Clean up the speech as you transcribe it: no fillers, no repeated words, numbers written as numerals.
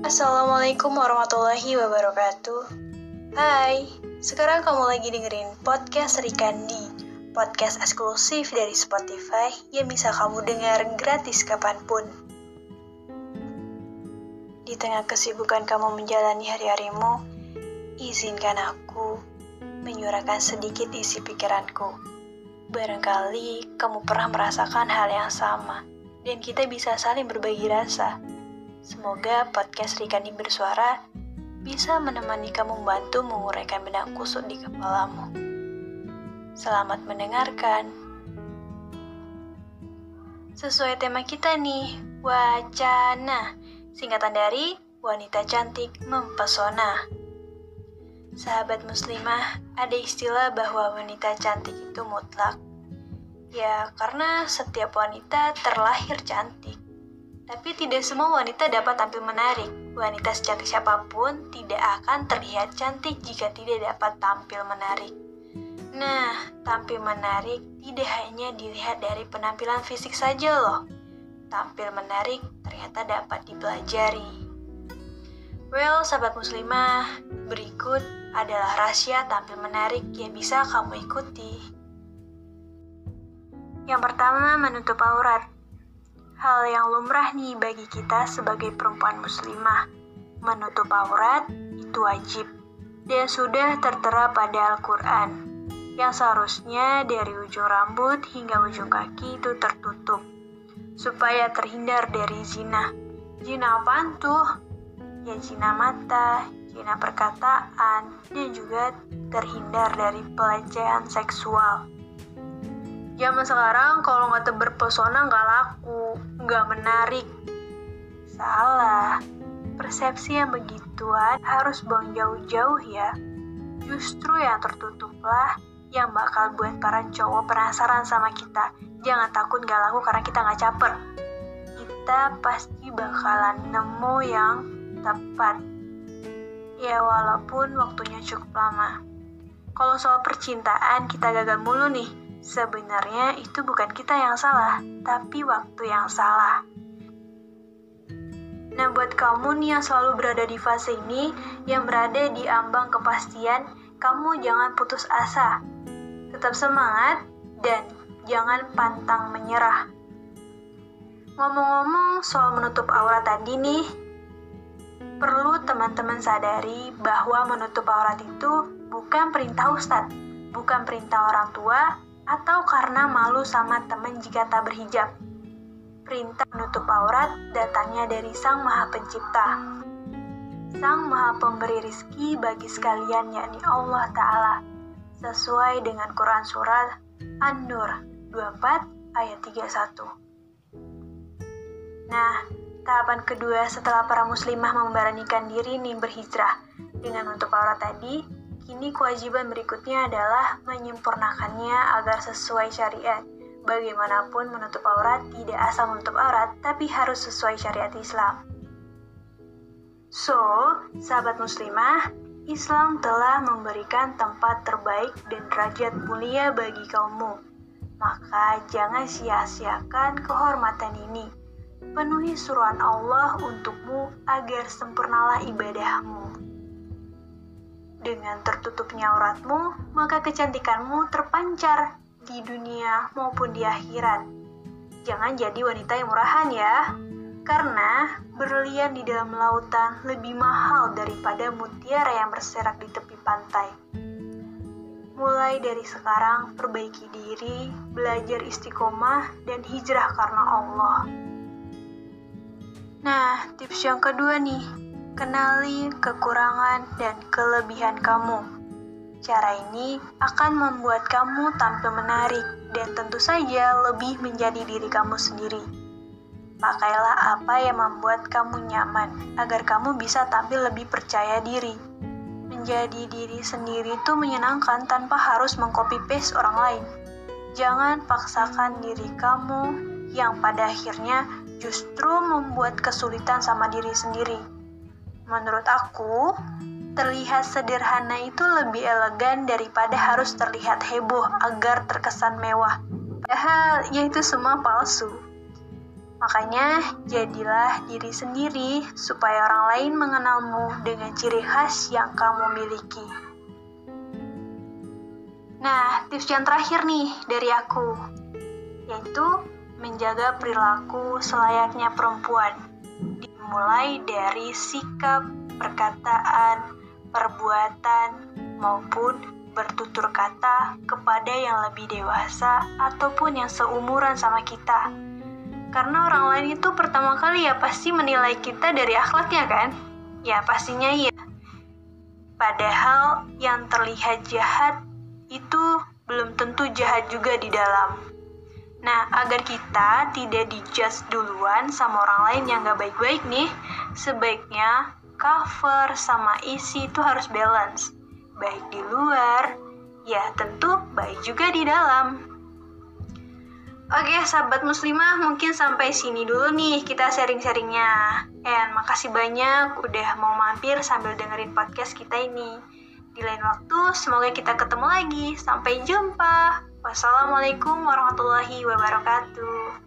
Assalamualaikum warahmatullahi wabarakatuh. Hai, sekarang kamu lagi dengerin podcast Rikandi, podcast eksklusif dari Spotify yang bisa kamu dengar gratis kapanpun. Di tengah kesibukan kamu menjalani hari-harimu, izinkan aku menyuarakan sedikit isi pikiranku. Barangkali kamu pernah merasakan hal yang sama, dan kita bisa saling berbagi rasa. Semoga podcast Rikandi Bersuara bisa menemani kamu membantu menguraikan benang kusut di kepalamu. Selamat mendengarkan. Sesuai tema kita nih, wacana, singkatan dari wanita cantik mempesona. Sahabat muslimah, ada istilah bahwa wanita cantik itu mutlak. Ya, karena setiap wanita terlahir cantik. Tapi tidak semua wanita dapat tampil menarik. Wanita secantik siapapun tidak akan terlihat cantik jika tidak dapat tampil menarik. Nah, tampil menarik tidak hanya dilihat dari penampilan fisik saja loh. Tampil menarik ternyata dapat dipelajari. Well, sahabat muslimah, berikut adalah rahasia tampil menarik yang bisa kamu ikuti. Yang pertama, menutup aurat. Hal yang lumrah nih bagi kita sebagai perempuan muslimah. Menutup aurat itu wajib dan sudah tertera pada Al-Quran, yang seharusnya dari ujung rambut hingga ujung kaki itu tertutup, supaya terhindar dari zina. Zina apaan tuh? Ya zina mata, zina perkataan, dan juga terhindar dari pelecehan seksual. Zaman sekarang kalau nggak berpesona nggak laku, nggak menarik. Salah, persepsi yang begituan harus buang jauh-jauh ya. Justru yang tertutuplah yang bakal buat para cowok penasaran sama kita. Jangan takut nggak laku karena kita nggak caper. Kita pasti bakalan nemu yang tepat. Ya walaupun waktunya cukup lama. Kalau soal percintaan kita gagal mulu nih. Sebenarnya itu bukan kita yang salah, tapi waktu yang salah. Nah, buat kamu nih yang selalu berada di fase ini, yang berada di ambang kepastian, kamu jangan putus asa. Tetap semangat dan jangan pantang menyerah. Ngomong-ngomong soal menutup aurat tadi nih, perlu teman-teman sadari bahwa menutup aurat itu bukan perintah ustadz, bukan perintah orang tua, atau karena malu sama teman jika tak berhijab. Perintah menutup aurat datangnya dari Sang Maha Pencipta, Sang Maha Pemberi rizki bagi sekalian, yakni Allah Ta'ala, sesuai dengan Quran Surat An-Nur 24 ayat 31. Nah, tahapan kedua setelah para muslimah memberanikan diri nih berhijrah dengan menutup aurat tadi, kini kewajiban berikutnya adalah menyempurnakannya agar sesuai syariat. Bagaimanapun menutup aurat tidak asal menutup aurat, tapi harus sesuai syariat Islam. So, sahabat muslimah, Islam telah memberikan tempat terbaik dan derajat mulia bagi kaummu. Maka jangan sia-siakan kehormatan ini. Penuhi suruhan Allah untukmu agar sempurnalah ibadahmu. Dengan tertutupnya auratmu, maka kecantikanmu terpancar di dunia maupun di akhirat. Jangan jadi wanita yang murahan ya, karena berlian di dalam lautan lebih mahal daripada mutiara yang berserak di tepi pantai. Mulai dari sekarang, perbaiki diri, belajar istiqomah, dan hijrah karena Allah. Nah, tips yang kedua nih, kenali kekurangan dan kelebihan kamu. Cara ini akan membuat kamu tampil menarik dan tentu saja lebih menjadi diri kamu sendiri. Pakailah apa yang membuat kamu nyaman agar kamu bisa tampil lebih percaya diri. Menjadi diri sendiri itu menyenangkan tanpa harus mengcopy-paste orang lain. Jangan paksakan diri kamu yang pada akhirnya justru membuat kesulitan sama diri sendiri. Menurut aku, terlihat sederhana itu lebih elegan daripada harus terlihat heboh agar terkesan mewah. Padahal, ya itu semua palsu. Makanya, jadilah diri sendiri supaya orang lain mengenalmu dengan ciri khas yang kamu miliki. Nah, tips yang terakhir nih dari aku, yaitu menjaga perilaku selayaknya perempuan. Dimulai dari sikap, perkataan, perbuatan, maupun bertutur kata kepada yang lebih dewasa ataupun yang seumuran sama kita. Karena orang lain itu pertama kali ya pasti menilai kita dari akhlaknya kan? Ya pastinya iya. Padahal yang terlihat jahat itu belum tentu jahat juga di dalam. Nah, agar kita tidak dijudge duluan sama orang lain yang gak baik-baik nih, sebaiknya cover sama isi itu harus balance. Baik di luar, ya tentu baik juga di dalam. Oke, sahabat muslimah, mungkin sampai sini dulu nih kita sharing-sharingnya. Makasih banyak udah mau mampir sambil dengerin podcast kita ini. Di lain waktu, semoga kita ketemu lagi. Sampai jumpa. Wassalamualaikum warahmatullahi wabarakatuh.